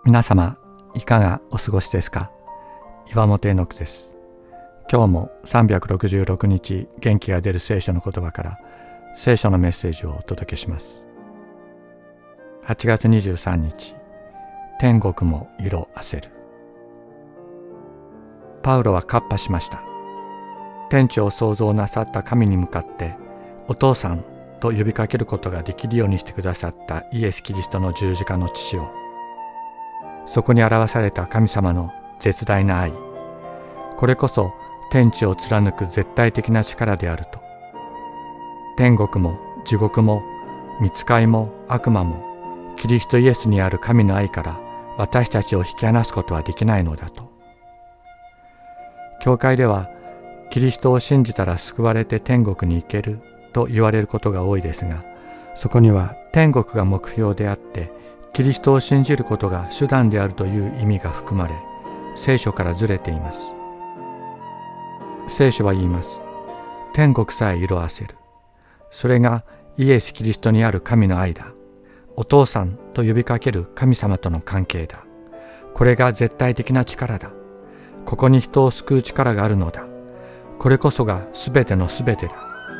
皆様いかがお過ごしですか。岩本絵の句です。今日も366日元気が出る聖書の言葉から聖書のメッセージをお届けします。8月23日、天国も色あせる。パウロは喝破しました。天地を創造なさった神に向かってお父さんと呼びかけることができるようにしてくださったイエス・キリストの十字架の父を、そこに表された神様の絶大な愛、これこそ天地を貫く絶対的な力であると。天国も地獄も御使いも悪魔もキリストイエスにある神の愛から私たちを引き離すことはできないのだと。教会ではキリストを信じたら救われて天国に行けると言われることが多いですが、そこには天国が目標であってキリストを信じることが手段であるという意味が含まれ、聖書からずれています。聖書は言います。天国さえ色あせる。それがイエス・キリストにある神の愛だ。お父さんと呼びかける神様との関係だ。これが絶対的な力だ。ここに人を救う力があるのだ。これこそがすべてのすべてだ。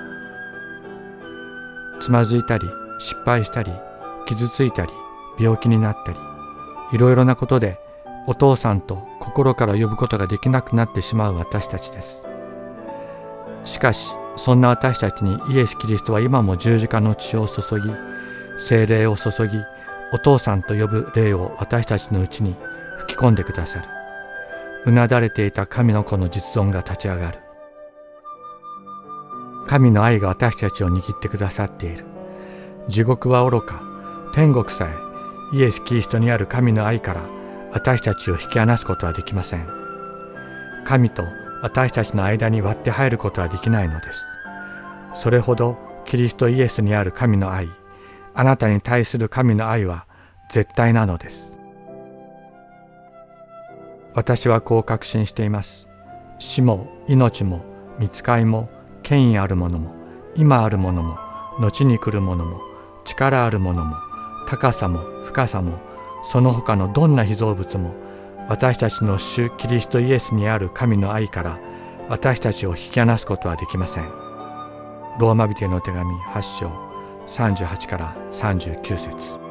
つまずいたり失敗したり傷ついたり病気になったり、いろいろなことでお父さんと心から呼ぶことができなくなってしまう私たちです。しかしそんな私たちにイエス・キリストは今も十字架の血を注ぎ、聖霊を注ぎ、お父さんと呼ぶ霊を私たちのうちに吹き込んでくださる。うなだれていた神の子の実存が立ち上がる。神の愛が私たちを握ってくださっている。地獄は愚か、天国さえイエス・キリストにある神の愛から私たちを引き離すことはできません。神と私たちの間に割って入ることはできないのです。それほどキリストイエスにある神の愛、あなたに対する神の愛は絶対なのです。私はこう確信しています。死も命も御使いも権威あるものも今あるものも後に来るものも力あるものも高さも深さもその他のどんな被造物も私たちの主キリストイエスにある神の愛から私たちを引き離すことはできません。ローマ人への手紙8章38から39節。